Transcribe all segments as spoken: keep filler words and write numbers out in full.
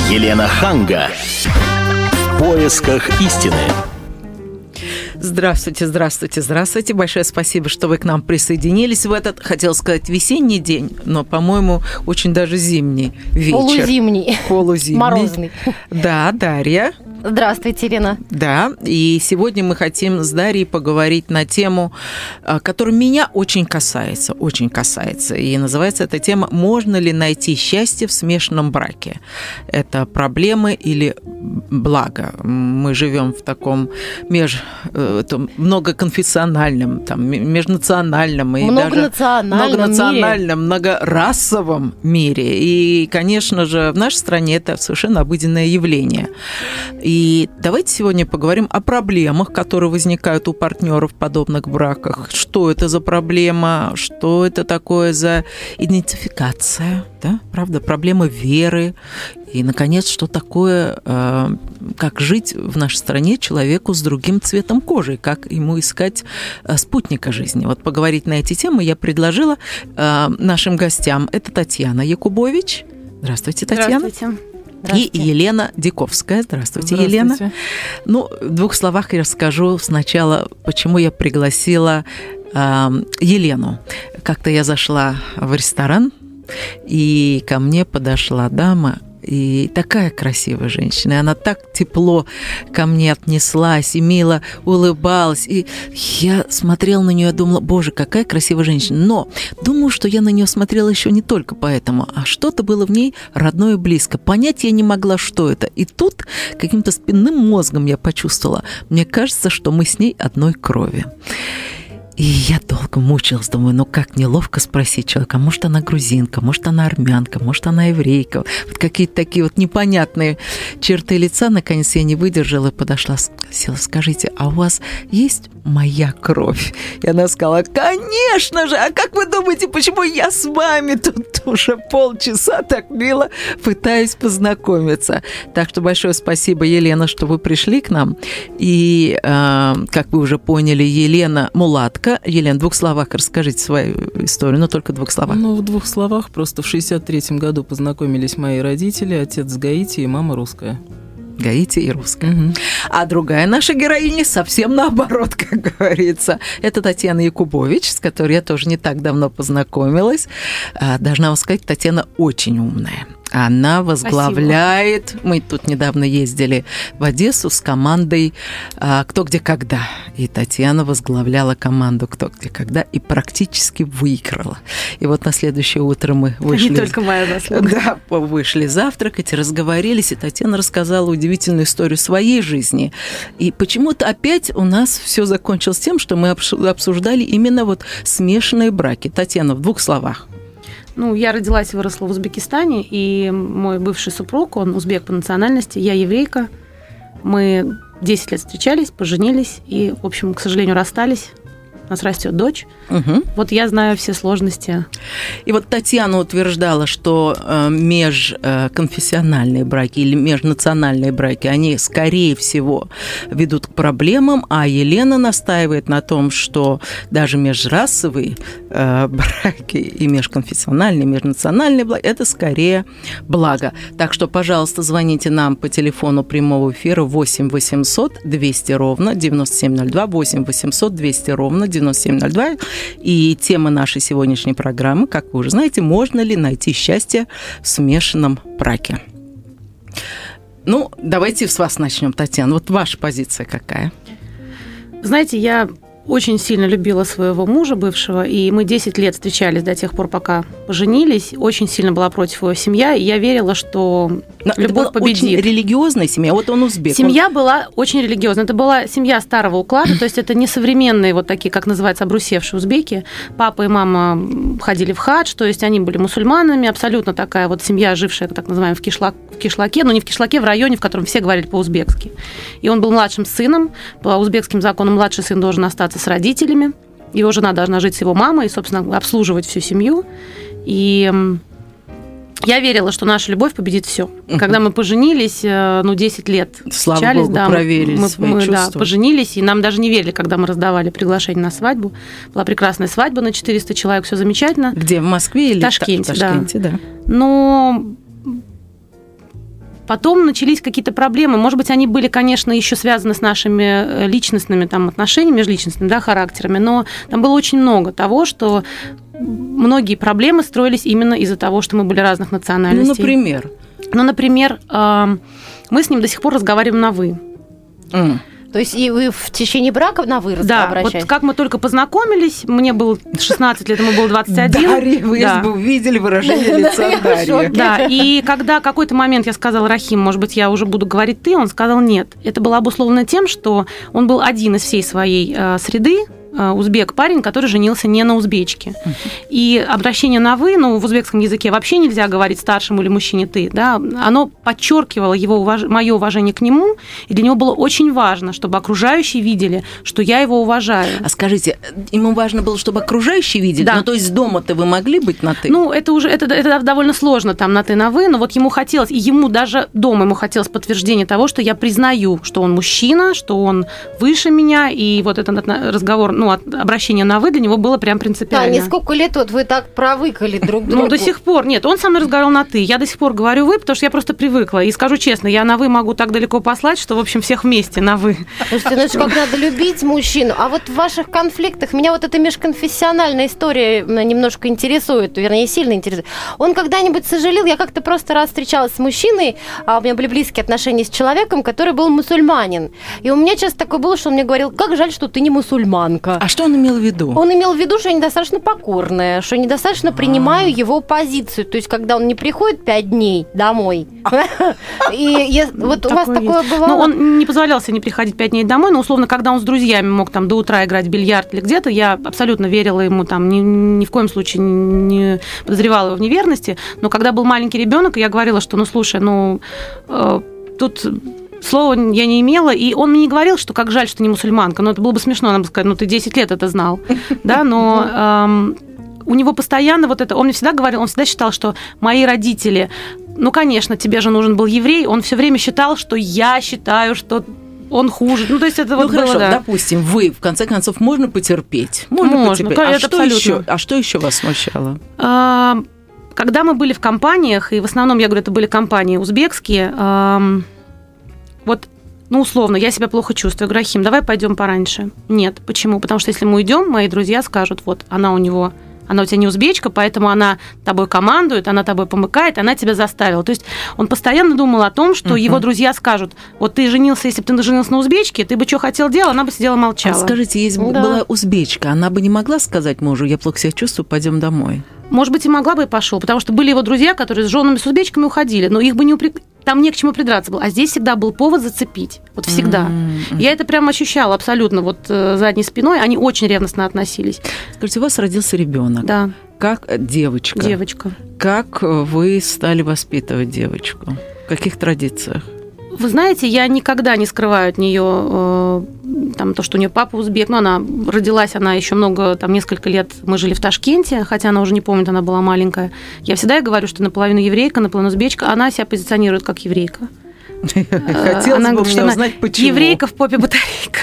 Елена Ханга. В поисках истины. Здравствуйте, здравствуйте, здравствуйте. Большое спасибо, что вы к нам присоединились в этот, хотел сказать, весенний день, но, по-моему, очень даже зимний вечер. Полузимний. Полузимний. Морозный. Да, Дарья. Здравствуйте, Ирина. Да, и сегодня мы хотим с Дарьей поговорить на тему, которая меня очень касается, очень касается. И называется эта тема «Можно ли найти счастье в смешанном браке?» Это проблемы или благо? Мы живем в таком меж, многоконфессиональном, там, межнациональном и многонациональном, даже многонациональном, мире. многорасовом мире. И, конечно же, в нашей стране это совершенно обыденное явление. И давайте сегодня поговорим о проблемах, которые возникают у партнеров в подобных браках. Что это за проблема, что это такое за идентификация, да? Правда, проблемы веры. И, наконец, что такое, э, как жить в нашей стране человеку с другим цветом кожи, как ему искать э, спутника жизни. Вот поговорить на эти темы я предложила э, нашим гостям. Это Татьяна Якубович. Здравствуйте, Татьяна. Здравствуйте. И Елена Диковская. Здравствуйте, Здравствуйте, Елена. Ну, в двух словах я расскажу сначала, почему я пригласила э, Елену. Как-то я зашла в ресторан, и ко мне подошла дама, и такая красивая женщина, и она так тепло ко мне отнеслась, и мило улыбалась. И я смотрела на нее и думала, боже, какая красивая женщина. Но думаю, что я на нее смотрела еще не только поэтому, а что-то было в ней родное и близко. Понять я не могла, что это. И тут каким-то спинным мозгом я почувствовала, мне кажется, что мы с ней одной крови. И я долго мучилась, думаю, ну как неловко спросить человека, может, она грузинка, может, она армянка, может, она еврейка. Вот какие-то такие вот непонятные черты лица. Наконец я не выдержала и подошла, спросила, скажите, а у вас есть моя кровь? И она сказала, конечно же, а как вы думаете, почему я с вами тут уже полчаса так мило пытаюсь познакомиться? Так что большое спасибо, Елена, что вы пришли к нам. И, э, как вы уже поняли, Елена мулатка. Елена, в двух словах расскажите свою историю, но только в двух словах. Ну, в двух словах. Просто в шестьдесят третьем году познакомились мои родители, отец с Гаити и мама русская. Гаити и русская. Угу. А другая наша героиня совсем наоборот, как говорится. Это Татьяна Якубович, с которой я тоже не так давно познакомилась. Должна вам сказать, Татьяна очень умная. Она возглавляет... Спасибо. Мы тут недавно ездили в Одессу с командой «Кто, где, когда». И Татьяна возглавляла команду «Кто, где, когда» и практически выиграла. И вот на следующее утро мы вышли... Не только моя заслуга. Да, вышли завтракать, разговорились, и Татьяна рассказала удивительную историю своей жизни. И почему-то опять у нас все закончилось тем, что мы обсуждали именно вот смешанные браки. Татьяна, в двух словах. Ну, я родилась и выросла в Узбекистане, и мой бывший супруг, он узбек по национальности, я еврейка. Мы десять лет встречались, поженились и, в общем, к сожалению, расстались. У нас растет дочь. Угу. Вот я знаю все сложности. И вот Татьяна утверждала, что межконфессиональные браки или межнациональные браки, они, скорее всего, ведут к проблемам, а Елена настаивает на том, что даже межрасовые браки и межконфессиональные, межнациональные браки – это скорее благо. Так что, пожалуйста, звоните нам по телефону прямого эфира восемь восемьсот двести ровно девяносто семь ноль два, восемь восемьсот двести ровно девяносто семь ноль два. И тема нашей сегодняшней программы, как вы уже знаете, можно ли найти счастье в смешанном браке? Ну, давайте с вас начнем, Татьяна. Вот ваша позиция какая? Знаете, я очень сильно любила своего мужа бывшего, и мы десять лет встречались до тех пор, пока поженились. Очень сильно была против его семья, и я верила, что Но любовь это была победит. Очень религиозная семья, вот он узбек. Семья он... была очень религиозная. Это была семья старого уклада, то есть это не современные вот такие, как называется, обрусевшие узбеки. Папа и мама ходили в хадж, то есть они были мусульманами, абсолютно такая вот семья, жившая, так называемая, в, кишлак, в кишлаке, но не в кишлаке, в районе, в котором все говорили по-узбекски. И он был младшим сыном, по узбекским законам младший сын должен остаться с родителями, его жена должна жить с его мамой и, собственно, обслуживать всю семью. И я верила, что наша любовь победит все. Uh-huh. Когда мы поженились, ну, десять лет Слава встречались, Богу, да, проверили мы, свои мы чувства. Да, поженились, и нам даже не верили, когда мы раздавали приглашение на свадьбу. Была прекрасная свадьба на четыреста человек, все замечательно. Где, в Москве или в Ташкенте? В Ташкенте, да. да. Но Потом начались какие-то проблемы. Может быть, они были, конечно, еще связаны с нашими личностными там, отношениями, межличностными, да, характерами, но там было очень много того, что многие проблемы строились именно из-за того, что мы были разных национальностей. Ну, например? Ну, например, мы с ним до сих пор разговариваем на «вы». Mm. То есть и вы в течение брака на «вы» да, обращаетесь? Вот как мы только познакомились, мне было шестнадцать лет, ему было двадцать один. Дарья, вы да. бы увидели выражение лица Дарьи. Да, и когда какой-то момент я сказала: Рахим, может быть, я уже буду говорить ты, он сказал нет. Это было обусловлено тем, что он был один из всей своей э, среды, узбек-парень, который женился не на узбечке. Uh-huh. И обращение на «вы», ну, в узбекском языке вообще нельзя говорить старшему или мужчине «ты», да, оно подчеркивало его уваж... мое уважение к нему, и для него было очень важно, чтобы окружающие видели, что я его уважаю. А скажите, ему важно было, чтобы окружающие видели? Да. Ну, то есть дома-то вы могли быть на «ты»? Ну, это уже это, это довольно сложно, там, на «ты», на «вы», но вот ему хотелось, и ему даже дома ему хотелось подтверждения того, что я признаю, что он мужчина, что он выше меня, и вот этот разговор, ну, обращение на «вы» для него было прям принципиально. Да, несколько лет вот вы так провыкали друг к другу. Ну, до сих пор. Нет, он со мной разговаривал на «ты». Я до сих пор говорю «вы», потому что я просто привыкла. И скажу честно, я на «вы» могу так далеко послать, что, в общем, всех вместе на «вы». Слушайте, ну это же как надо любить мужчину. А вот в ваших конфликтах меня вот эта межконфессиональная история немножко интересует, вернее, сильно интересует. Он когда-нибудь сожалел? Я как-то просто раз встречалась с мужчиной, а у меня были близкие отношения с человеком, который был мусульманин. И у меня часто такое было, что он мне говорил: как жаль, что ты не мусульманка. А что он имел в виду? Он имел в виду, что я недостаточно покорная, что я недостаточно принимаю его позицию. То есть, когда он не приходит пять дней домой. И вот у вас такое бывало? Ну, он не позволял себе не приходить пять дней домой, но, условно, когда он с друзьями мог там до утра играть в бильярд или где-то, я абсолютно верила ему, там, ни, ни в коем случае не подозревала его в неверности. Но когда был маленький ребенок, я говорила, что, ну, слушай, ну, э, тут... Слова я не имела, и он мне не говорил, что как жаль, что не мусульманка. Но это было бы смешно, надо бы сказать, ну ты десять лет это знал. Да, но эм, у него постоянно вот это... Он мне всегда говорил, он всегда считал, что мои родители... Ну, конечно, тебе же нужен был еврей. Он все время считал, что я считаю, что... Он хуже. Ну, то есть это ну, вот хорошо, было, да. Допустим, вы, в конце концов, можно потерпеть? Можно, можно потерпеть. Это а, что абсолютно. еще, а что еще вас смущало? А, когда мы были в компаниях, и в основном, я говорю, это были компании узбекские, а, вот, ну, условно, я себя плохо чувствую. Я говорю: Рахим, давай пойдем пораньше. Нет. Почему? Потому что если мы уйдем, мои друзья скажут: вот, она у него... Она у тебя не узбечка, поэтому она тобой командует, она тобой помыкает, она тебя заставила. То есть он постоянно думал о том, что uh-huh. его друзья скажут: вот ты женился, если бы ты женился на узбечке, ты бы что хотел делать, она бы сидела молчала. А скажите, если бы да. была узбечка, она бы не могла сказать мужу: я плохо себя чувствую, пойдем домой? Может быть, и могла бы, и пошел, потому что были его друзья, которые с женами, с узбечками уходили, но их бы не упрек... Там не к чему придраться было. А здесь всегда был повод зацепить. Вот всегда. Mm-hmm. Я это прям ощущала абсолютно вот задней спиной. Они очень ревностно относились. Скажите, у вас родился ребенок. Да. Как девочка. Девочка. Как вы стали воспитывать девочку? В каких традициях? Вы знаете, я никогда не скрываю от нее э, там, то, что у нее папа узбек. Но она родилась, она еще много, там, несколько лет мы жили в Ташкенте, хотя она уже не помнит, она была маленькая. Я всегда ей говорю, что наполовину еврейка, наполовину узбечка. Она себя позиционирует как еврейка. Хотелось бы мне узнать, почему. Еврейка в попе батарейка.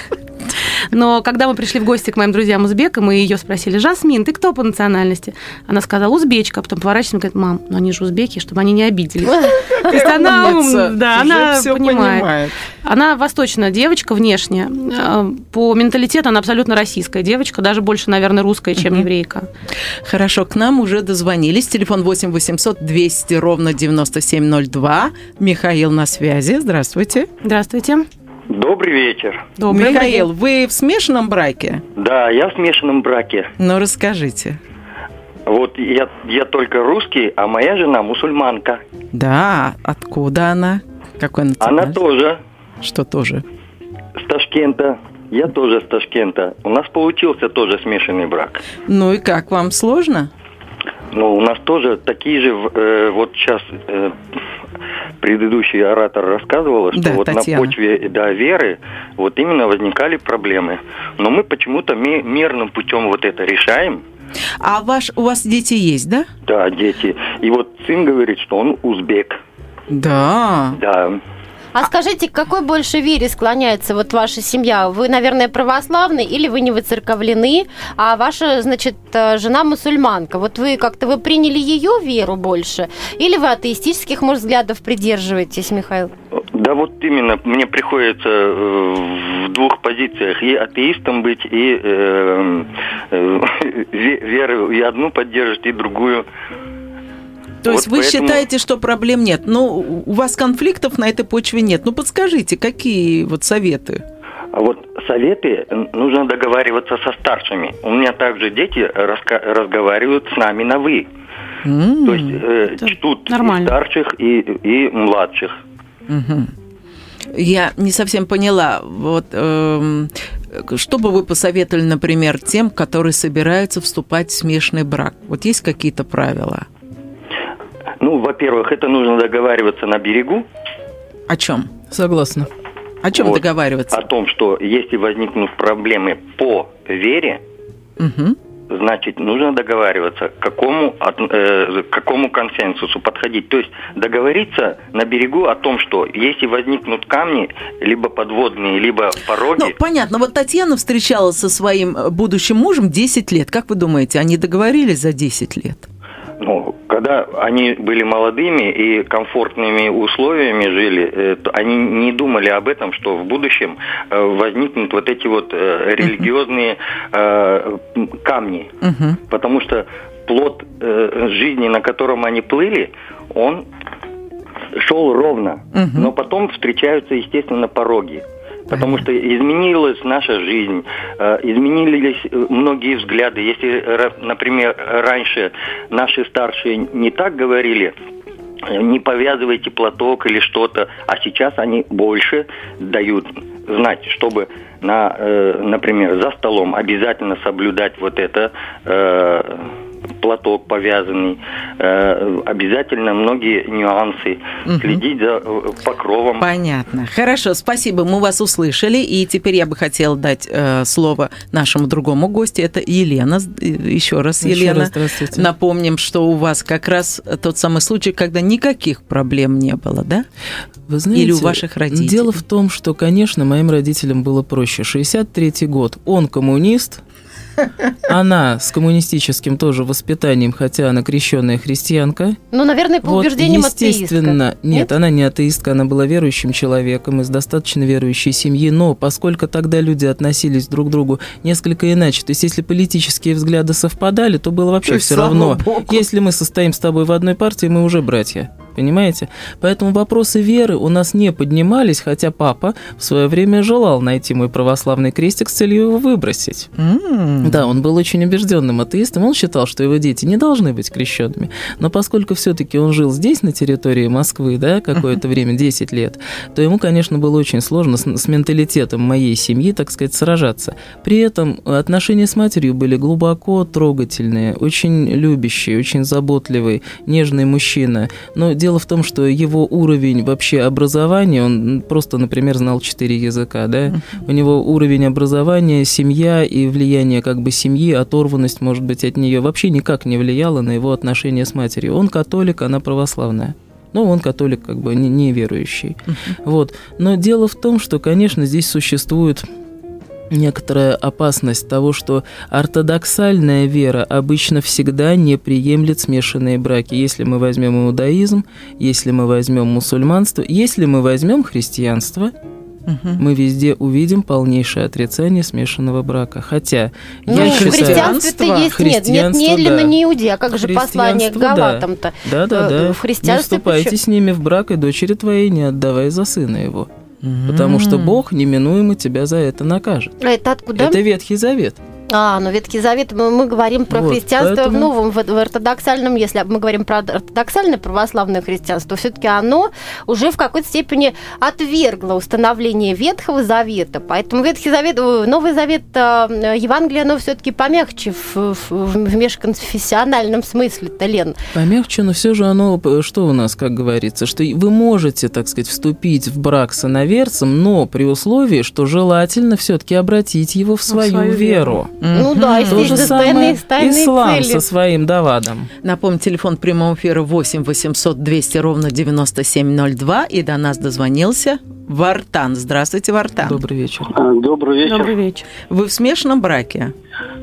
Но когда мы пришли в гости к моим друзьям узбекам, мы ее спросили: Жасмин, ты кто по национальности? Она сказала: узбечка, а потом поворачивается и говорит: мам, ну они же узбеки, чтобы они не обиделись. То есть она умная, да, она понимает. Она восточная девочка внешне. По менталитету она абсолютно российская девочка, даже больше, наверное, русская, чем еврейка. Хорошо, к нам уже дозвонились. Телефон восемь восемьсот двести ровно девяносто семь ноль два. Михаил на связи. Здравствуйте. Здравствуйте. Добрый вечер. Добрый Михаил, вечер. Вы в смешанном браке? Да, я в смешанном браке. Ну, расскажите. Вот я, я только русский, а моя жена мусульманка. Да, откуда она? Какой национальность? Она тоже. Что тоже? С Ташкента. Я тоже с Ташкента. У нас получился тоже смешанный брак. Ну и как, вам сложно? Ну, у нас тоже такие же, э, вот сейчас э, предыдущий оратор рассказывала, что да, вот Татьяна. на почве да, веры вот именно возникали проблемы. Но мы почему-то ми- мирным путем вот это решаем. А ваш, у вас дети есть, да? Да, дети. И вот сын говорит, что он узбек. Да. Да. А скажите, к какой больше вере склоняется вот ваша семья? Вы, наверное, православный или вы не выцерковлены, а ваша, значит, жена мусульманка? Вот вы как-то вы приняли ее веру больше или вы атеистических, может, взглядов придерживаетесь, Михаил? Да вот именно, мне приходится в двух позициях и атеистом быть, и э, э, веру и одну поддерживать, и другую. То вот есть вы поэтому... считаете, что проблем нет? Ну, у вас конфликтов на этой почве нет. Ну, подскажите, какие вот советы? А вот советы нужно договариваться со старшими. У меня также дети раска- разговаривают с нами на «вы». Mm-hmm. То есть э, чтут и старших, и, и младших. Угу. Я не совсем поняла. Вот, э, что бы вы посоветовали, например, тем, которые собираются вступать в смешанный брак? Вот есть какие-то правила? Ну, во-первых, это нужно договариваться на берегу. О чем? Согласна. О чем вот, договариваться? О том, что если возникнут проблемы по вере, угу. значит, нужно договариваться, к какому, э, к какому консенсусу подходить. То есть договориться на берегу о том, что если возникнут камни, либо подводные, либо пороги... Ну, понятно. Вот Татьяна встречалась со своим будущим мужем десять лет. Как вы думаете, они договорились за десять лет? Ну, когда они были молодыми и комфортными условиями жили, то они не думали об этом, что в будущем возникнут вот эти вот религиозные uh-huh. камни. Uh-huh. Потому что плод жизни, на котором они плыли, он шел ровно. Uh-huh. Но потом встречаются, естественно, пороги. Потому что изменилась наша жизнь, изменились многие взгляды. Если, например, раньше наши старшие не так говорили, не повязывайте платок или что-то, а сейчас они больше дают знать, чтобы, на, например, за столом обязательно соблюдать вот это, платок повязанный, э, обязательно многие нюансы, угу. следить за покровом. Понятно. Хорошо, спасибо, мы вас услышали, и теперь я бы хотела дать э, слово нашему другому гостю, это Елена. Еще раз, Еще Елена. Раз здравствуйте. Напомним, что у вас как раз тот самый случай, когда никаких проблем не было, да? Вы знаете, или у ваших родителей? Дело в том, что, конечно, моим родителям было проще. шестьдесят третий год, он коммунист, она с коммунистическим тоже воспитанием, хотя она крещенная христианка. Ну, наверное, по вот, убеждениям естественно, атеистка. Нет, нет, она не атеистка, она была верующим человеком из достаточно верующей семьи, но поскольку тогда люди относились друг к другу несколько иначе, то есть если политические взгляды совпадали, то было вообще все равно. Богу. Если мы состоим с тобой в одной партии, мы уже братья. Понимаете? Поэтому вопросы веры у нас не поднимались, хотя папа в свое время желал найти мой православный крестик с целью его выбросить. Mm. Да, он был очень убежденным атеистом, он считал, что его дети не должны быть крещенными. Но поскольку все-таки он жил здесь, на территории Москвы, да, какое-то время, десять лет, то ему, конечно, было очень сложно с, с менталитетом моей семьи, так сказать, сражаться. При этом отношения с матерью были глубоко трогательные, очень любящие, очень заботливый, нежный мужчина. Но дело в том, что его уровень вообще образования, он просто, например, знал четыре языка, да? Uh-huh. У него уровень образования, семья и влияние как бы семьи, оторванность, может быть, от нее вообще никак не влияло на его отношения с матерью. Он католик, она православная. Ну, он католик, как бы, не, не верующий. Uh-huh. Вот. Но дело в том, что, конечно, здесь существует некоторая опасность того, что ортодоксальная вера обычно всегда не приемлет смешанные браки. Если мы возьмем иудаизм, если мы возьмем мусульманство, если мы возьмем христианство, угу. мы везде увидим полнейшее отрицание смешанного брака. Хотя ну, я считаю... христианство есть, нет, нет, не для да. не иудеи, а как же послание к Галатам-то? Да, да, да. В христианстве не вступайте почему? С ними в брак, и дочери твоей не отдавай за сына его. Потому что Бог неминуемо тебя за это накажет. А это откуда? Это Ветхий Завет. А, ну Ветхий Завет, мы, мы говорим про вот, христианство поэтому... в новом, в, в ортодоксальном, если мы говорим про ортодоксальное православное христианство, то все-таки оно уже в какой-то степени отвергло установление Ветхого Завета. Поэтому Ветхий Завет, Новый Завет, Евангелие, оно все-таки помягче в, в, в межконфессиональном смысле-то, Лен. Помягче, но все же оно, что у нас, как говорится, что вы можете, так сказать, вступить в брак с иноверцем, но при условии, что желательно все-таки обратить его в свою, в свою веру. веру. Ну да, То же естественно, самое тайные, тайные ислам цели. со своим давадом. Напомню, телефон прямого эфира восемь восемьсот двести ровно девяносто семь ноль два. И до нас дозвонился Вартан. Здравствуйте, Вартан. Добрый вечер. Добрый вечер. Добрый вечер. Вы в смешанном браке?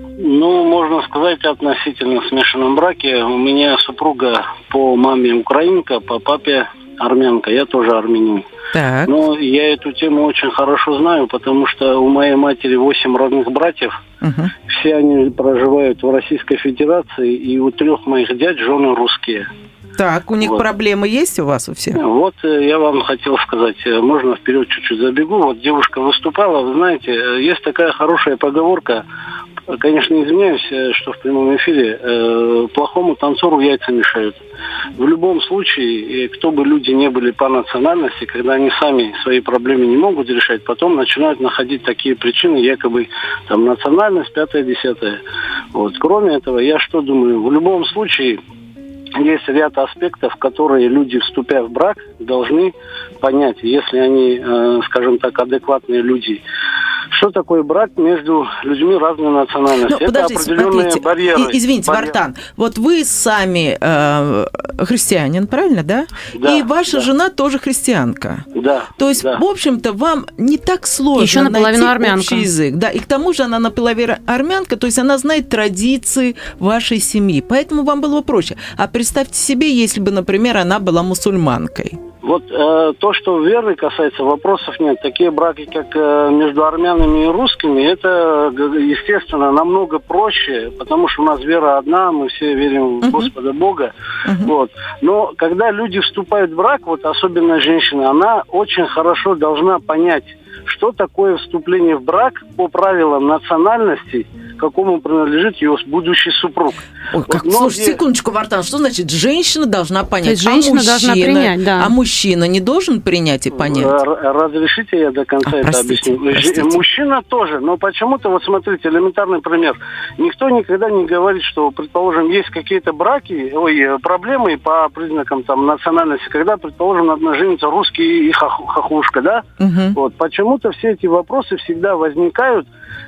Ну, можно сказать, относительно смешанном браке. У меня супруга по маме украинка, по папе армянка. Я тоже армянин. Так. Но я эту тему очень хорошо знаю, потому что у моей матери восемь родных братьев. Угу. Все они проживают в Российской Федерации, и у трех моих дядь жены русские. Так, у них Вот. проблемы есть у вас у всех? Вот э, я вам хотел сказать, э, можно вперед чуть-чуть забегу. Вот девушка выступала, вы знаете, э, есть такая хорошая поговорка, э, конечно, извиняюсь, э, что в прямом эфире, э, плохому танцору яйца мешают. В любом случае, э, кто бы люди не были по национальности, когда они сами свои проблемы не могут решать, потом начинают находить такие причины, якобы там национальность, пятое, десятое. Вот. Кроме этого, я что думаю, в любом случае есть ряд аспектов, которые люди, вступая в брак, должны понять, если они, э, скажем так, адекватные люди. Что такое брак между людьми разной национальности? Ну, Это подождите, определенные смотрите. барьеры. И- извините, Барьеры. Вартан, вот вы сами э, христианин, правильно, да? Да, И ваша да. жена тоже христианка. Да. То есть, да. в общем-то, вам не так сложно Еще наполовину найти армянка. общий язык. Да, и к тому же она наполовину армянка, то есть она знает традиции вашей семьи. Поэтому вам было проще. А представьте себе, если бы, например, она была мусульманкой. Вот э, то, что веры касается, вопросов нет. Такие браки, как э, между армянами и русскими, это, г- естественно, намного проще, потому что у нас вера одна, мы все верим в Господа Бога. Вот. Но когда люди вступают в брак, вот особенно женщина, она очень хорошо должна понять, что такое вступление в брак по правилам национальности, какому принадлежит ее будущий супруг. Ой, как, Вот слушай, многие- секундочку, Вартан, что значит женщина должна понять? То есть женщина а должна мужчина, принять, да. А мужчина не должен принять и понять? Р- Разрешите я до конца А, это простите, объясню? Ж- простите. Мужчина тоже, но почему-то, вот смотрите, элементарный пример. Никто никогда не говорит, что, предположим, есть какие-то браки, ой, э, проблемы по признакам там национальности, когда, предположим, одна женится русский и хох- хохлушка, да? Мгм. Вот. Почему-то все эти вопросы всегда возникают,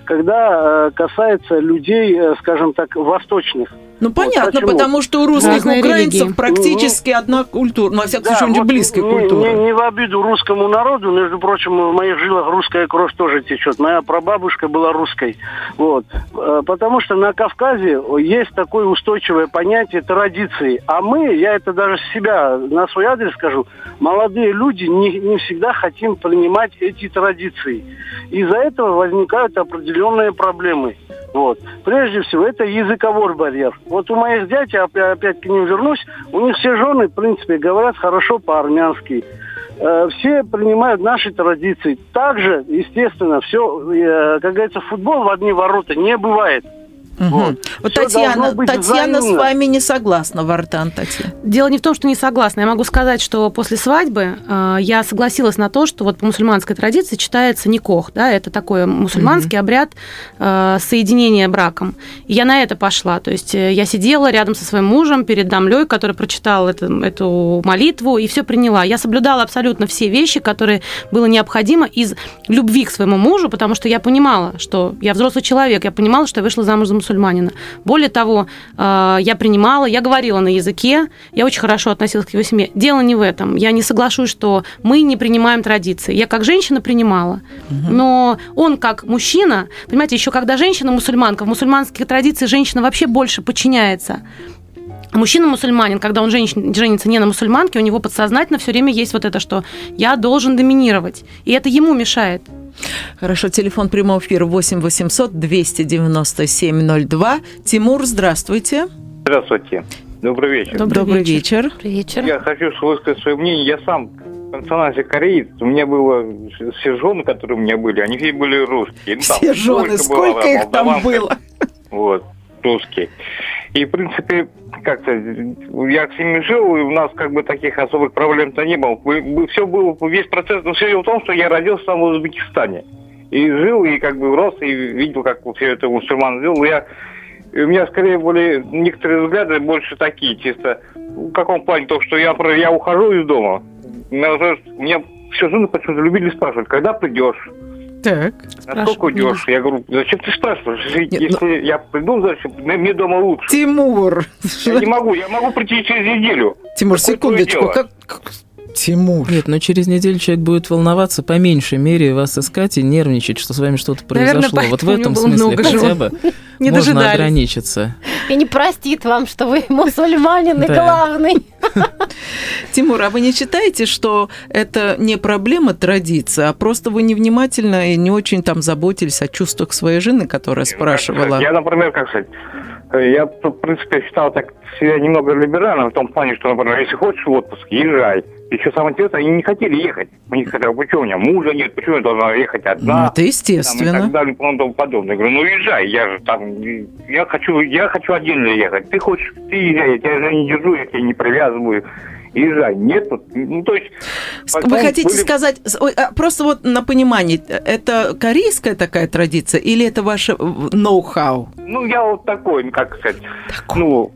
когда э, касается людей, э, скажем так, восточных. Ну, понятно, почему? потому что у русских Разные украинцев религии. практически одна культура. Ну, во всяком случае, вот близкая не, культура. Не, не в обиду русскому народу, между прочим, в моих жилах русская кровь тоже течет. Моя прабабушка была русской. Вот. Э, Потому что на Кавказе есть такое устойчивое понятие традиции. А мы, я это даже с себя на свой адрес скажу, молодые люди не, не всегда хотим принимать эти традиции. Из-за этого возникают определенные проблемы. Вот. Прежде всего, это языковой барьер. Вот у моих дядей, опять, опять к ним вернусь, у них все жены, в принципе, говорят хорошо по-армянски. Э, Все принимают наши традиции. Также, естественно, все, э, как говорится, футбол в одни ворота не бывает. Мгм. Вот. Вот Всё Татьяна, должно быть Татьяна с взаимно. вами не согласна, Вартан, Татьяна. Дело не в том, что не согласна. Я могу сказать, что после свадьбы э, я согласилась на то, что вот по мусульманской традиции читается никох, да, это такой мусульманский обряд э, соединения браком. И я на это пошла. То есть э, я сидела рядом со своим мужем перед дамлей, который прочитал это, эту молитву, и все приняла. Я соблюдала абсолютно все вещи, которые было необходимо из любви к своему мужу, потому что я понимала, что я взрослый человек, я понимала, что я вышла замуж за мусульманина. Более того, э, я принимала, я говорила на языке, я очень хорошо относилась к его семье. Дело не в этом. Я не соглашусь, что мы не принимаем традиции. Я как женщина принимала, но он как мужчина, понимаете, еще когда женщина мусульманка, в мусульманских традициях женщина вообще больше подчиняется. Мужчина-мусульманин, когда он женщин, женится не на мусульманке, у него подсознательно все время есть вот это, что я должен доминировать. И это ему мешает. Хорошо, телефон прямого эфира восемь восемьсот двести девяносто семь ноль два. Тимур, здравствуйте. Здравствуйте. Добрый вечер. Добрый Добрый вечер. вечер. Вечер. Я хочу высказать свое мнение. Я сам по национальности кореец. У меня было все жены, которые у меня были, они все были русские. Ну, там Все жены, сколько сколько их там молдаванка. было? Вот, русские. И, в принципе, как-то я с ними жил, и у нас как бы таких особых проблем-то не было. Все было, весь процесс, но все дело в том, что я родился там в Узбекистане. И жил, и как бы рос, и видел, как все это мусульман делал. Я, у меня скорее были некоторые взгляды больше такие, чисто. В каком плане? То, что я, я ухожу из дома. У меня, у меня все жены почему-то любили спрашивать, когда придешь, Так. А сколько уйдешь? Я говорю, зачем ты спрашиваешь? Нет, Если ну... я приду, зачем? Мне дома лучше. Тимур! Я не могу, я могу прийти через неделю. Тимур, секундочку, как... Тимур. Нет, но через неделю человек будет волноваться по меньшей мере, вас искать и нервничать, что с вами что-то произошло. Наверное, вот в этом смысле хотя бы не можно дожидались. ограничиться. И не простит вам, что вы мусульманин и Да. главный. Тимур, а вы не считаете, что это не проблема традиции, а просто вы невнимательно и не очень там заботились о чувствах своей жены, которая спрашивала? Я, например, как сказать, я, в принципе, считал так себя немного либеральным в том плане, что, например, если хочешь в отпуск, езжай. Еще самое интересное, они не хотели ехать. Они сказали, почему у меня мужа нет, почему я должна ехать одна? Ну, это естественно. Там, и так далее, и тому подобное. Я говорю, ну езжай, я же там, я хочу, я хочу отдельно ехать. Ты хочешь, ты езжай, я тебя же не держу, я тебя не привязываю. Езжай. Нет, ну то есть... Вы хотите были... сказать, ой, просто вот на понимание, это корейская такая традиция или это ваше ноу-хау? Ну, я вот такой, как сказать, такой. ну...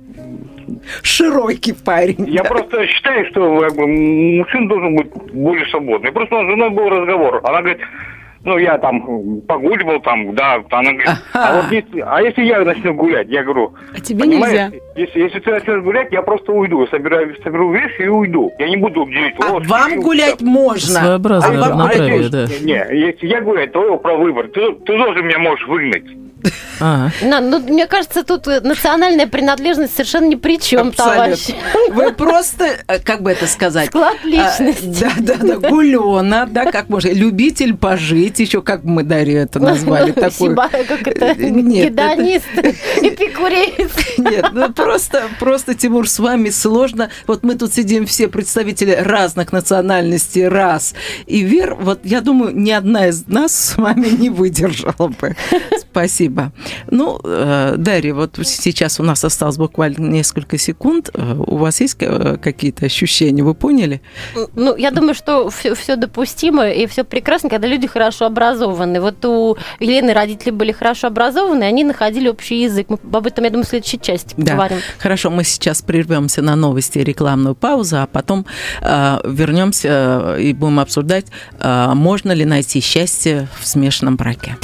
Широкий парень. Я да. просто считаю, что как бы, мужчина должен быть более свободный. Просто с женой был разговор. Она говорит, ну, я там погуливал, там, да. Она говорит, ага. а вот если, а если я начну гулять? Я говорю, а тебе нельзя. Если, если ты начнешь гулять, я просто уйду. Я собираю, соберу вещи и уйду. Я не буду делить. А вот, вам гулять все. можно? Своеобразное а равноправие, да. Не, если я гуляю, то про выбор. Ты, ты тоже меня можешь выгнать. Ага. На, ну, мне кажется, тут национальная принадлежность совершенно ни при чем, товарищ. Вы просто, как бы это сказать... Склад личности. Да, да, да, гулёна, да, как можно. Любитель пожить, еще как мы Дарью это назвали. Такой... Как это? Гедонист, эпикуреец. Нет, ну просто, просто, Тимур, с вами сложно. Вот мы тут сидим все представители разных национальностей, рас. И Вер, вот я думаю, ни одна из нас с вами не выдержала бы. Спасибо. Ну, Дарья, вот сейчас у нас осталось буквально несколько секунд. У вас есть какие-то ощущения? Вы поняли? Ну, я думаю, что все, все допустимо и все прекрасно, когда люди хорошо образованы. Вот у Елены родители были хорошо образованы, они находили общий язык. Мы об этом, я думаю, в следующей части поговорим. Да. Хорошо, мы сейчас прервемся на новости и рекламную паузу, а потом э, вернемся и будем обсуждать, э, можно ли найти счастье в смешанном браке.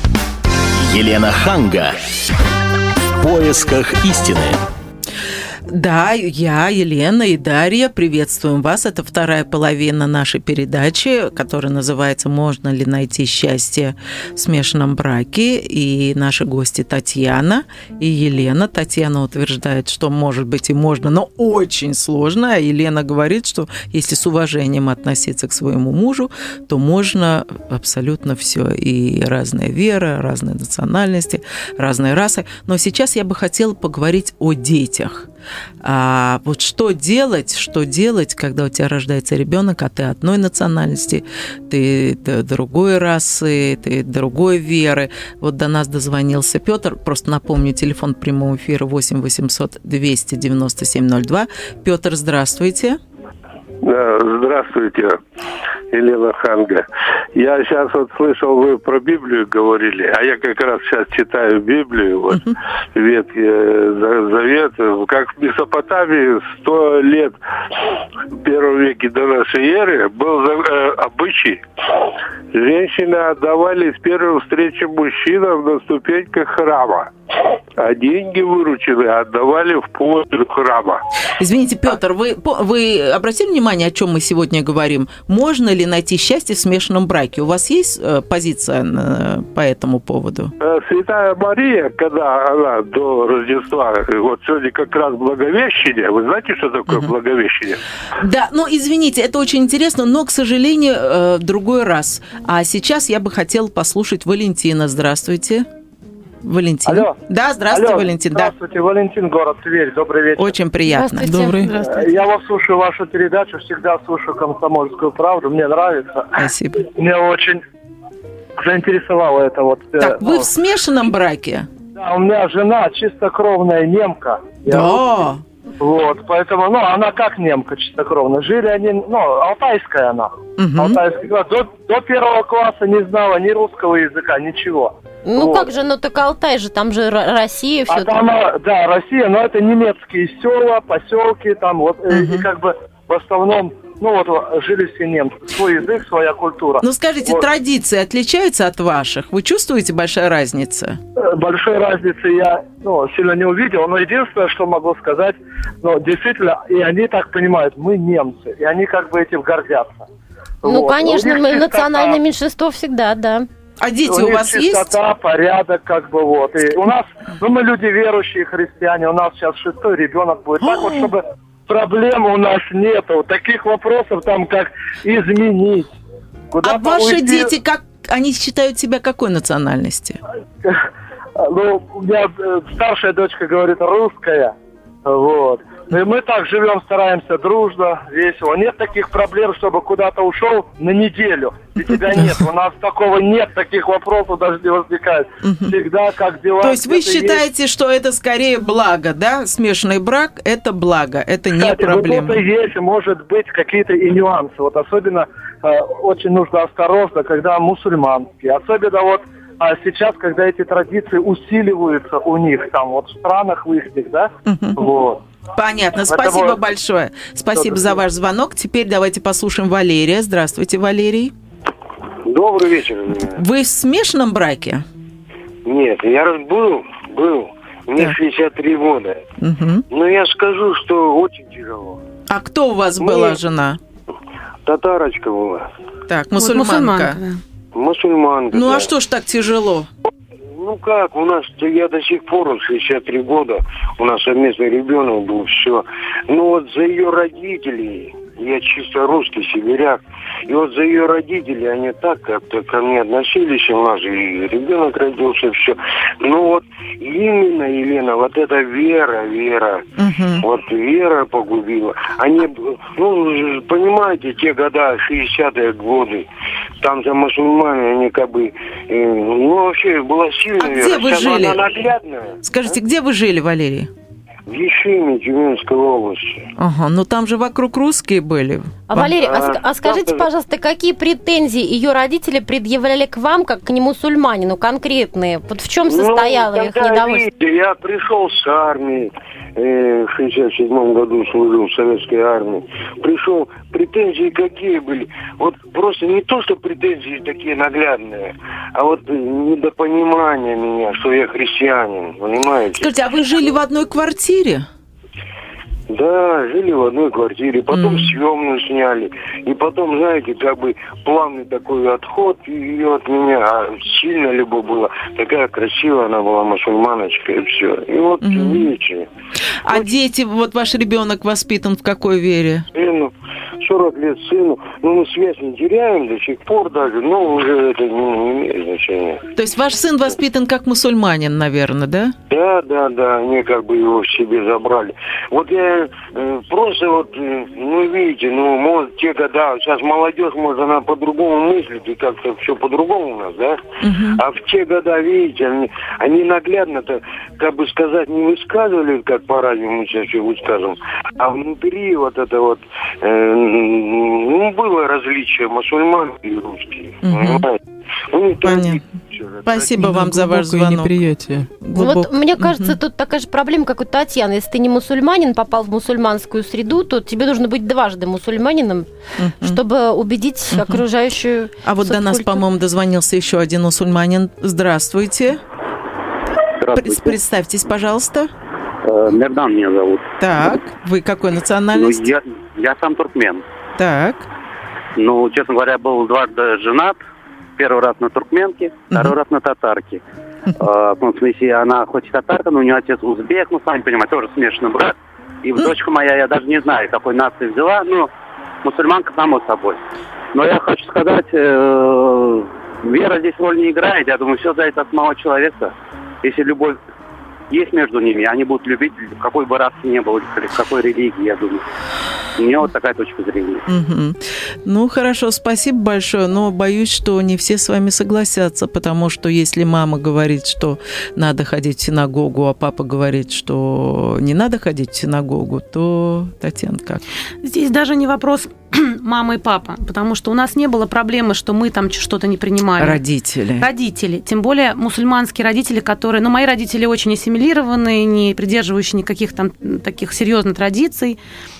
Елена Ханга. В поисках истины. Да, я, Елена и Дарья, приветствуем вас. Это вторая половина нашей передачи, которая называется «Можно ли найти счастье в смешанном браке?» И наши гости Татьяна и Елена. Татьяна утверждает, что может быть и можно, но очень сложно. А Елена говорит, что если с уважением относиться к своему мужу, то можно абсолютно все. И разная вера, разные национальности, разные расы. Но сейчас я бы хотела поговорить о детях. А вот что делать, что делать, когда у тебя рождается ребенок, а ты одной национальности, ты, ты другой расы, ты другой веры. Вот до нас дозвонился Петр. Просто напомню, телефон прямого эфира восемь восемьсот двести девяносто семь ноль два. Петр, здравствуйте. Здравствуйте, Елена Ханга. Я сейчас вот слышал, вы про Библию говорили, а я как раз сейчас читаю Библию, вот, uh-huh. Ветхий Завет, как в Месопотамии сто лет, в первом веке до нашей эры, был э, обычай. Женщины отдавали с первой встречи мужчинам на ступеньках храма, а деньги вырученные отдавали в пользу храма. Извините, Петр, вы, вы обратили внимание, о чем мы сегодня говорим? Можно ли найти счастье в смешанном браке? У вас есть позиция по этому поводу? Святая Мария, когда она до Рождества, вот сегодня как раз Благовещение, вы знаете, что такое uh-huh. Благовещение? Да, ну, извините, это очень интересно, но, к сожалению, в другой раз. А сейчас я бы хотела послушать Валентина. Здравствуйте. Валентин. Алло. Да, здравствуйте, Алло. Валентин. Здравствуйте, да. Валентин, город Тверь. Добрый вечер. Очень приятно. Здравствуйте. Добрый. Здравствуйте. Я вас слушаю, вашу передачу, всегда слушаю «Комсомольскую правду», мне нравится. Спасибо. Мне очень заинтересовало это вот. Так, э, вы ну, в смешанном браке? Да, у меня жена чистокровная немка. Да. Я, вот, поэтому, ну, она как немка чистокровная. Жили они, ну, алтайская она. Угу. Алтайский класс. До, до первого класса не знала ни русского языка, ничего. Ну вот. Как же, ну так Алтай же, там же Россия все. А там, да, Россия, но это немецкие села, поселки, там вот, угу. и как бы в основном ну вот жили все немцы. Свой язык, своя культура. Ну скажите, вот. Традиции отличаются от ваших? Вы чувствуете большая разница? Большой разницы я ну, сильно не увидел, но единственное, что могу сказать, ну, действительно, и они так понимают, мы немцы, и они как бы этим гордятся. Ну, вот. конечно, мы чистота, национальное меньшинство всегда, да. А дети у, у вас чистота, есть? Чистота, порядок, как бы вот. И у нас, ну, мы люди верующие, христиане, у нас сейчас шестой ребенок будет. Так вот, чтобы проблем у нас нету. Таких вопросов там, как изменить. А ваши уйти... дети, как они считают себя какой национальности? Ну, у меня старшая дочка говорит русская, вот. И мы так живем, стараемся дружно, весело. Нет таких проблем, чтобы куда-то ушел на неделю, и тебя нет. У нас такого нет, таких вопросов даже не возникает. Всегда как дела. То есть вы считаете, есть... что это скорее благо, да? Смешанный брак – это благо, это не Кстати, проблема. Вот есть, может быть, какие-то и нюансы. Вот особенно э, очень нужно осторожно, когда мусульманские. Особенно вот а сейчас, когда эти традиции усиливаются у них, там вот в странах в их, да, вот. Понятно. Спасибо Это большое. Спасибо за ваш звонок. Теперь давайте послушаем Валерия. Здравствуйте, Валерий. Добрый вечер. Вы в смешанном браке? Нет, я был, был. Мне да. шестьдесят три года. Угу. Но я скажу, что очень тяжело. А кто у вас Мы... была жена? Татарочка была. Так, мусульманка. Вот мусульманка. Мусульманка. Ну да. а что ж так тяжело? Ну как, у нас, я до сих пор, шестьдесят три года, у нас совместный ребенок был, все. Ну вот за ее родителей, я чисто русский сибиряк, и вот за ее родителей они так как-то ко мне относились, у нас и ребенок родился, все. Ну вот именно, Елена, вот эта вера, вера, угу. вот вера погубила. Они, ну, понимаете, те года, шестидесятые годы, там за мусульмане, они как бы, э, ну вообще была сильная а вера. Где вы Сейчас жили? Она наглядная. Скажите, а? где вы жили, Валерий? В Ешиме, Тюменской области. Ага, ну там же вокруг русские были. А, Валерий, а, а скажите, пожалуйста, какие претензии ее родители предъявляли к вам, как к немусульманину, конкретные? Вот в чем состояло ну, их недовольство? Видите, я пришел с армии, э, в шестьдесят седьмом году служил в советской армии. Пришел, претензии какие были? Вот просто не то, что претензии такие наглядные, а вот недопонимание меня, что я христианин, понимаете? Скажите, а вы жили в одной квартире? Да, жили в одной квартире, потом mm. съемную сняли, и потом, знаете, как бы плавный такой отход ее от меня, а сильно любовь была, такая красивая она была, мусульманочка, и все. И вот, mm. видите. А вот, дети, вот ваш ребенок воспитан в какой вере? Сыну, сорок лет сыну, ну мы связь не теряем до сих пор даже, но уже это не, не имеет значения. То есть ваш сын воспитан как мусульманин, наверное, да? Да, да, да, они как бы его в себе забрали. Вот я э, просто вот, э, ну видите, ну может те года, сейчас молодежь, может она по-другому мыслит, и как-то все по-другому у нас, да? Uh-huh. А в те года, видите, они, они наглядно-то, как бы сказать, не высказывали, как по радио мы сейчас все высказываем, а внутри вот это вот, э, ну было различие мусульман и русские, uh-huh. понимаете? Ну, понятно. Спасибо вам за ваш звонок. Вот мне кажется, тут такая же проблема, как у Татьяны. Если ты не мусульманин, попал в мусульманскую среду, то тебе нужно быть дважды мусульманином, uh-huh. чтобы убедить uh-huh. окружающую. А вот до нас, по-моему, дозвонился еще один мусульманин. Здравствуйте. Здравствуйте. Представьтесь, пожалуйста. Мердан меня зовут. Так, вы какой национальности? Ну, я, я сам туркмен. Так. Ну, честно говоря, был дважды женат. Первый раз на туркменке, второй uh-huh. раз на татарке. Uh, ну, в смысле, она хоть и татарка, но у нее отец узбек, ну, сами понимаете, тоже смешанный брат. И uh-huh. дочка моя, я даже не знаю, какой нации взяла, ну, мусульманка, само собой. Но я хочу сказать, э, вера здесь роль не играет. Я думаю, все зависит от самого человека. Если любовь есть между ними, они будут любить, какой бы расы ни было, в какой религии, я думаю. У меня вот такая точка зрения. Угу. Ну, хорошо, спасибо большое, но боюсь, что не все с вами согласятся, потому что если мама говорит, что надо ходить в синагогу, а папа говорит, что не надо ходить в синагогу, то, Татьяна, как? Здесь даже не вопрос мама и папа, потому что у нас не было проблемы, что мы там что-то не принимали. Родители. Родители. Тем более мусульманские родители, которые... Ну, мои родители очень ассимилированные, не придерживающие никаких там таких серьезных традиций.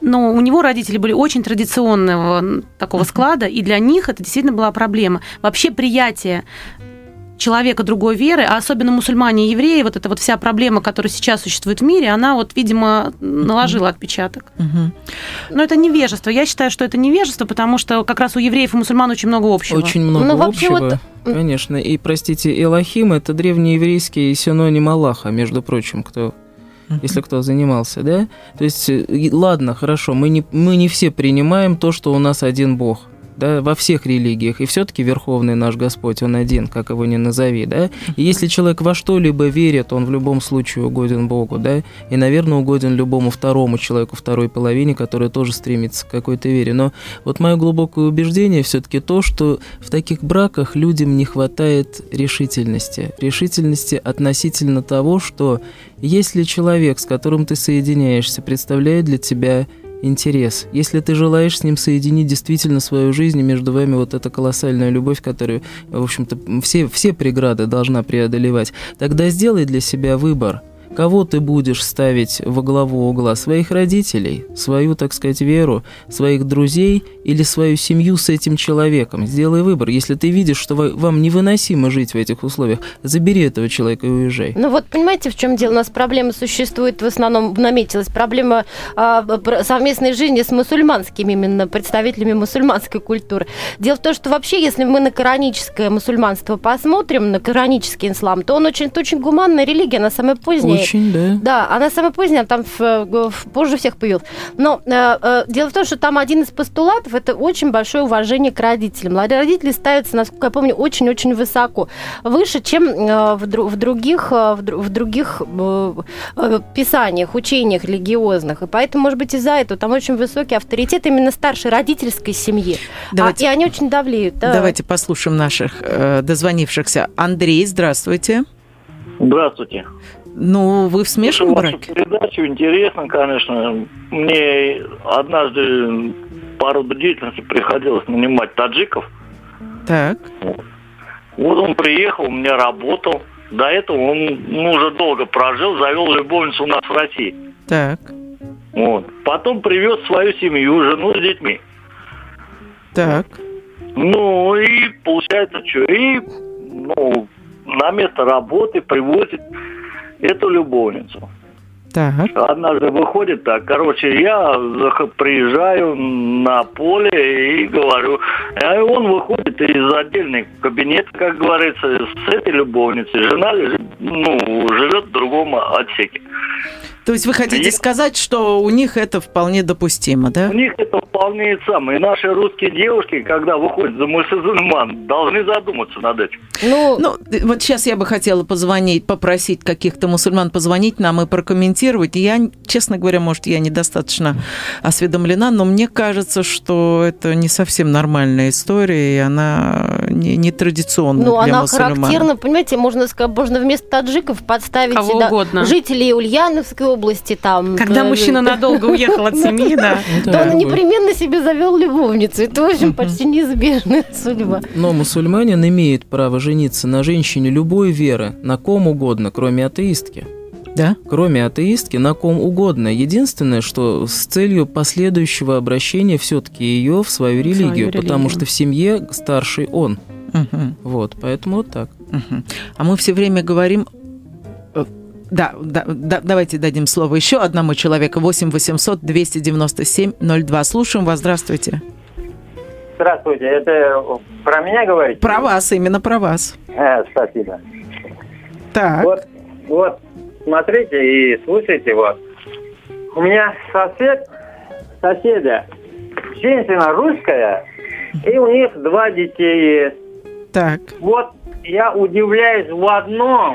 но у него родители были очень традиционного такого склада, и для них это действительно была проблема. Вообще приятие человека другой веры, а особенно мусульмане и евреи, вот эта вот вся проблема, которая сейчас существует в мире, она вот, видимо, наложила отпечаток. Uh-huh. Но это невежество. Я считаю, что это невежество, потому что как раз у евреев и мусульман очень много общего. Очень много ну, общего, вот... конечно. И, простите, Элохим – это древнееврейский синоним Аллаха, между прочим, кто... если кто занимался, да? То есть, ладно, хорошо, мы не, мы не все принимаем то, что у нас один Бог, да, во всех религиях, и все-таки Верховный наш Господь, Он один, как его ни назови, да? И если человек во что-либо верит, он в любом случае угоден Богу, да? И, наверное, угоден любому второму человеку, второй половине, который тоже стремится к какой-то вере. Но вот мое глубокое убеждение все-таки то, что в таких браках людям не хватает решительности. Решительности относительно того, что если человек, с которым ты соединяешься, представляет для тебя интерес, если ты желаешь с ним соединить действительно свою жизнь, и между вами вот эта колоссальная любовь, которую, в общем-то, все, все преграды должна преодолевать, тогда сделай для себя выбор. Кого ты будешь ставить во главу угла? Своих родителей, свою, так сказать, веру, своих друзей или свою семью с этим человеком? Сделай выбор. Если ты видишь, что вам невыносимо жить в этих условиях, забери этого человека и уезжай. Ну вот, понимаете, в чем дело? У нас проблема существует, в основном наметилась проблема э, совместной жизни с мусульманскими именно представителями мусульманской культуры. Дело в том, что вообще, если мы на кораническое мусульманство посмотрим, на коранический ислам, то он очень, это очень гуманная религия, она самая поздняя. Очень, да. Да, она самая поздняя, там в, в, позже всех появилась. Но э, э, дело в том, что там один из постулатов – это очень большое уважение к родителям. Родители ставятся, насколько я помню, очень-очень высоко. Выше, чем э, в, в других, э, в других э, э, писаниях, учениях религиозных. И поэтому, может быть, из-за этого там очень высокий авторитет именно старшей родительской семьи. Давайте, а, и они очень давлеют. Да. Давайте послушаем наших э, дозвонившихся. Андрей, здравствуйте. Здравствуйте. Ну, вы в смешанном браке? Вашу передачу интересно, конечно. Мне однажды по роду деятельности приходилось нанимать таджиков. Так. Вот он приехал, у меня работал. До этого он ну, уже долго прожил, завел любовницу у нас в России. Так. Вот. Потом привез свою семью, жену с детьми. Так. Ну, и получается, что? И, ну, на место работы привозит эту любовницу. Так. Однажды выходит так, короче, я приезжаю на поле и говорю, и он выходит из отдельного кабинета, как говорится, с этой любовницей. Жена лежит, ну, живет в другом отсеке. То есть вы хотите и... сказать, что у них это вполне допустимо, да? У них это вполне самое. И наши русские девушки, когда выходят за мусульман, должны задуматься над этим. Ну, ну, вот сейчас я бы хотела позвонить, попросить каких-то мусульман позвонить нам и прокомментировать. Я, честно говоря, может, я недостаточно осведомлена, но мне кажется, что это не совсем нормальная история, и она не, не традиционная ну, для она мусульман. Ну, она характерна, понимаете, можно, можно вместо таджиков подставить кого да, угодно. Жителей Ульяновской области. Там, когда да, мужчина надолго уехал от семьи, да. То он непременно себе завел любовницу. Это, в общем, почти неизбежная судьба. Но мусульманин имеет право жениться на женщине любой веры, на ком угодно, кроме атеистки. Да? Кроме атеистки, на ком угодно. Единственное, что с целью последующего обращения все-таки ее в свою религию, свою потому религию. Что в семье старший он. Угу. Вот, поэтому вот так. Угу. А мы все время говорим... Да, да, да, давайте дадим слово еще одному человеку. восемь восемьсот двести девяносто семь ноль два. Слушаем вас. Здравствуйте. Здравствуйте. Это про меня говорите? Про вас, именно про вас. А, спасибо. Так. Вот, вот, смотрите и слушайте. Вот. У меня сосед, соседа, женщина русская, и у них два детей есть. Так. Вот я удивляюсь в одном.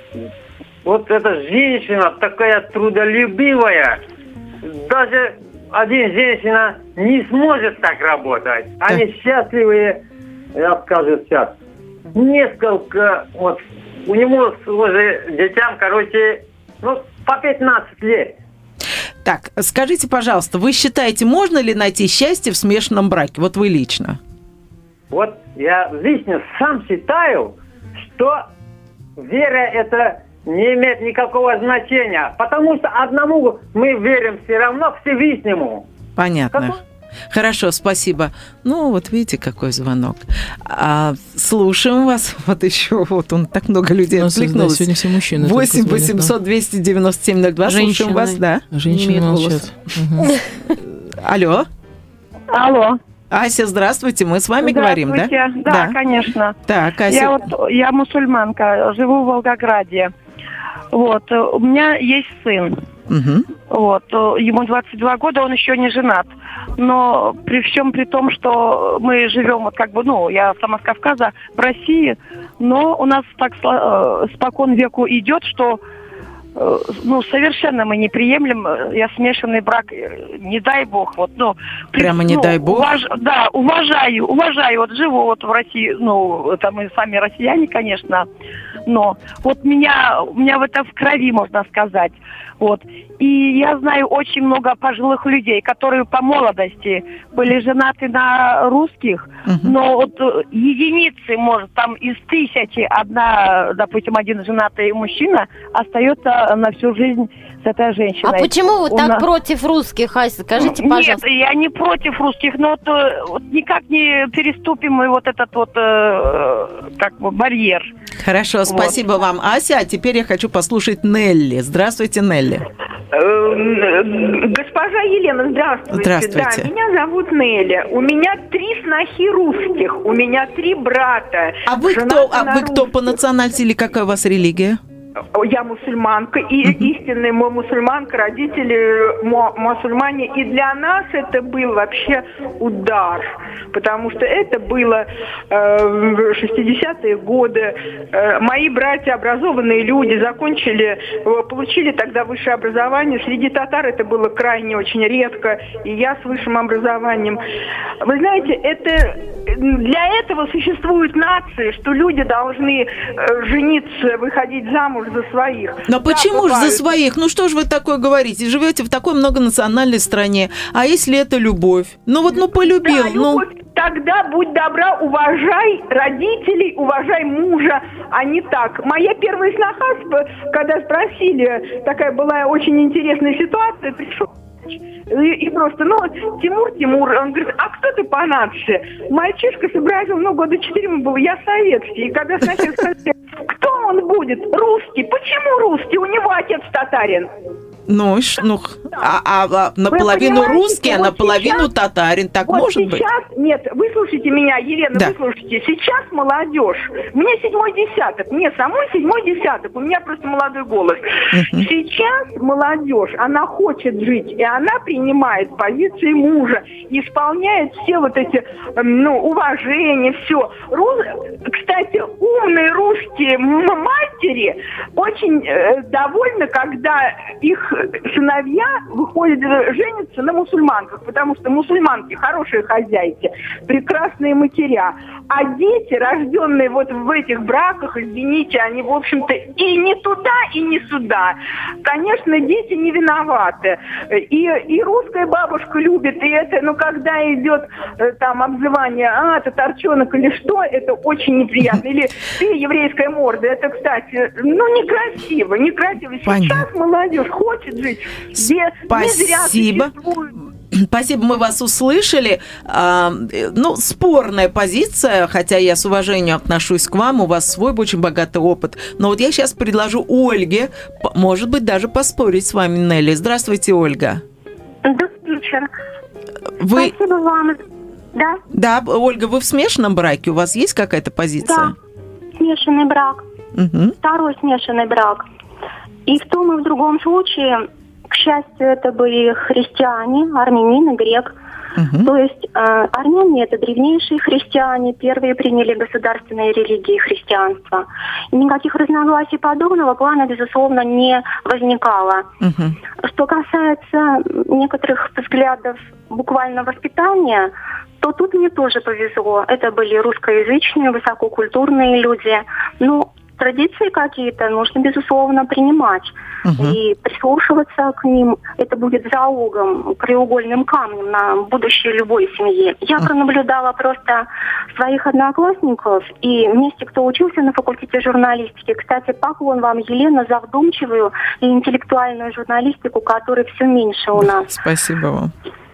Вот эта женщина такая трудолюбивая, даже один женщина не сможет так работать. Они да. счастливые, я скажу сейчас, несколько, вот, у него уже детям, короче, ну, по пятнадцать лет. Так, скажите, пожалуйста, вы считаете, можно ли найти счастье в смешанном браке? Вот вы лично. Вот я лично сам считаю, что вера это... не имеет никакого значения, потому что одному мы верим все равно Всевышнему. Понятно. Какой? Хорошо, спасибо. Ну, вот видите, какой звонок. А, слушаем вас. Вот еще, вот он, так много людей откликнулось. Сегодня все мужчины. восемь восемьсот двести девяносто семь ноль два. Слушаем вас, да. Женщины молчат. Алло. Алло. Ася, здравствуйте. Мы с вами говорим, да? Да, да, конечно. Так, Ася. Я, вот, я мусульманка, живу в Волгограде. Вот, у меня есть сын. Угу. Вот, ему двадцать два года, он еще не женат. Но при всем при том, что мы живем, вот как бы, ну, я сама с Кавказа, в России, но у нас так э, спокон веку идет, что э, ну, совершенно мы не приемлем, я смешанный брак, не дай бог, вот, ну... Прямо не ну, дай бог? Уваж, да, уважаю, уважаю, вот живу вот в России, ну, это мы сами россияне, конечно, но вот меня, у меня в это в крови, можно сказать. Вот. И я знаю очень много пожилых людей, которые по молодости были женаты на русских, uh-huh. но вот единицы, может, там из тысячи одна, допустим, один женатый мужчина остается на всю жизнь с этой женщиной. А почему вы У так нас... против русских, Ася? Скажите, пожалуйста. Нет, я не против русских, но вот, вот никак не переступим мы вот этот вот э, как бы барьер. Хорошо, вот. Спасибо вам, Ася. А теперь я хочу послушать Нелли. Здравствуйте, Нелли. Госпожа Елена, здравствуйте. Здравствуйте. Да, меня зовут Нелли. У меня три снохи русских, у меня три брата. А вы кто? А вы кто по национальности или какая у вас религия? Я мусульманка, и uh-huh. истинная мы мусульманка, родители мусульмане. И для нас это был вообще удар, потому что это было э, в шестидесятые годы. Э, мои братья, образованные люди, закончили, получили тогда высшее образование. Среди татар это было крайне очень редко, и я с высшим образованием. Вы знаете, это для этого существуют нации, что люди должны э, жениться, выходить замуж за своих. Но да, почему бывают. же за своих? Ну что же вы такое говорите? Живете в такой многонациональной стране. А если это любовь? Ну вот, ну полюбил. Да, ну... любовь. Тогда, будь добра, уважай родителей, уважай мужа, а не так. Моя первая сноха, когда спросили, такая была очень интересная ситуация, пришел И, и просто, ну, Тимур, Тимур, он говорит, а кто ты по нации? Мальчишка сообразил, ну, года четыре ему было, я советский. И когда сначала сказали, кто он будет? Русский. Почему русский? У него отец татарин. Ну, ну а, а, а наполовину русский, а вот наполовину сейчас, татарин. Так вот может сейчас, быть? Нет, выслушайте меня, Елена, да. выслушайте. Сейчас молодежь. Мне седьмой десяток. Мне самой седьмой десяток. У меня просто молодой голос. Uh-huh. Сейчас молодежь, она хочет жить, и она принимает позиции мужа, исполняет все вот эти, ну, уважения, все. Рус... Кстати, умные русские матери очень э, довольны, когда их сыновья выходят, женятся на мусульманках, потому что мусульманки хорошие хозяйки, прекрасные матеря. А дети, рожденные вот в этих браках, извините, они, в общем-то, и не туда, и не сюда. Конечно, дети не виноваты. И, и русская бабушка любит, и это, ну, когда идет там обзывание, а, татарчонок или что, это очень неприятно. Или ты еврейская морда, это, кстати, ну, некрасиво, некрасиво. Сейчас Понятно. Молодежь хочет жить, где Спасибо. Не зря существует. Спасибо, мы вас услышали. А, ну, спорная позиция, хотя я с уважением отношусь к вам, у вас свой очень богатый опыт. Но вот я сейчас предложу Ольге, может быть, даже поспорить с вами, Нелли. Здравствуйте, Ольга. Добрый вечер. Вы... Спасибо вам. Да? Да, Ольга, вы в смешанном браке? У вас есть какая-то позиция? Да, смешанный брак. Угу. Второй смешанный брак. И в том и в другом случае, к счастью, это были христиане, армянин и грек. Uh-huh. То есть э, армяне – это древнейшие христиане, первые приняли государственные религии христианства. И никаких разногласий подобного плана, безусловно, не возникало. Uh-huh. Что касается некоторых взглядов буквально воспитания, то тут мне тоже повезло. Это были русскоязычные, высококультурные люди. Ну, традиции какие-то нужно, безусловно, принимать. Uh-huh. И прислушиваться к ним. Это будет залогом, краеугольным камнем на будущее любой семьи. Я uh-huh. пронаблюдала просто своих одноклассников и вместе, кто учился на факультете журналистики. Кстати, поклон вам, Елена, за вдумчивую и интеллектуальную журналистику, которой все меньше у нас. Спасибо вам.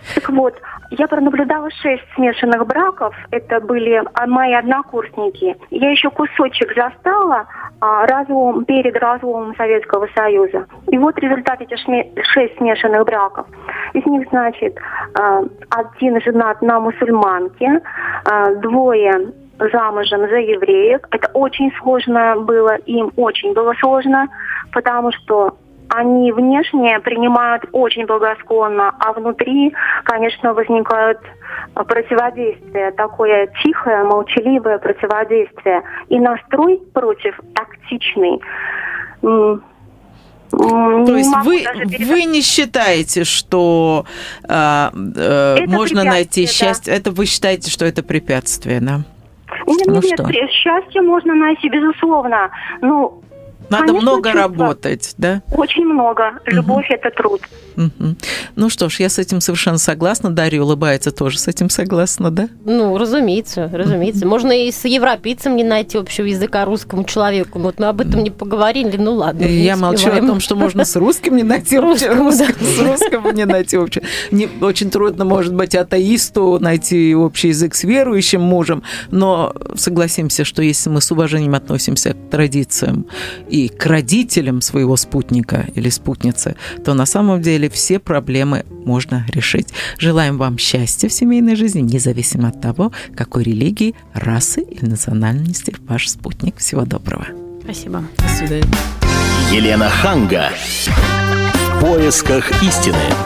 Так вот, я пронаблюдала шесть смешанных браков. Это были мои однокурсники. Я еще кусочек застала а, разлом, перед разломом Советского Союза. И вот результат этих шме- шесть смешанных браков. Из них, значит, а, один женат на мусульманке, а, двое замужем за евреев. Это очень сложно было, им очень было сложно, потому что они внешне принимают очень благосклонно, а внутри, конечно, возникают противодействия, такое тихое, молчаливое противодействие. И настрой против тактичный. То есть вы, вы не считаете, что э, э, можно найти счастье? Да. Это вы считаете, что это препятствие, да? Нет, ну нет, что? нет, счастье можно найти, безусловно. Ну, надо конечно, много чувство. работать, да? Очень много. Любовь угу. – это труд. Угу. Ну что ж, я с этим совершенно согласна. Дарья улыбается, тоже с этим согласна, да? Ну, разумеется, разумеется. Угу. Можно и с европейцем не найти общего языка русскому человеку. Вот мы об этом не поговорили, ну ладно. Я молчу о том, что можно с русским не найти общего. С русским не найти общего. Очень трудно, может быть, атеисту найти общий язык с верующим мужем, но согласимся, что если мы с уважением относимся к традициям и к родителям своего спутника или спутницы, то на самом деле все проблемы можно решить. Желаем вам счастья в семейной жизни, независимо от того, какой религии, расы или национальности ваш спутник. Всего доброго. Спасибо. До свидания. Елена Ханга. В поисках истины.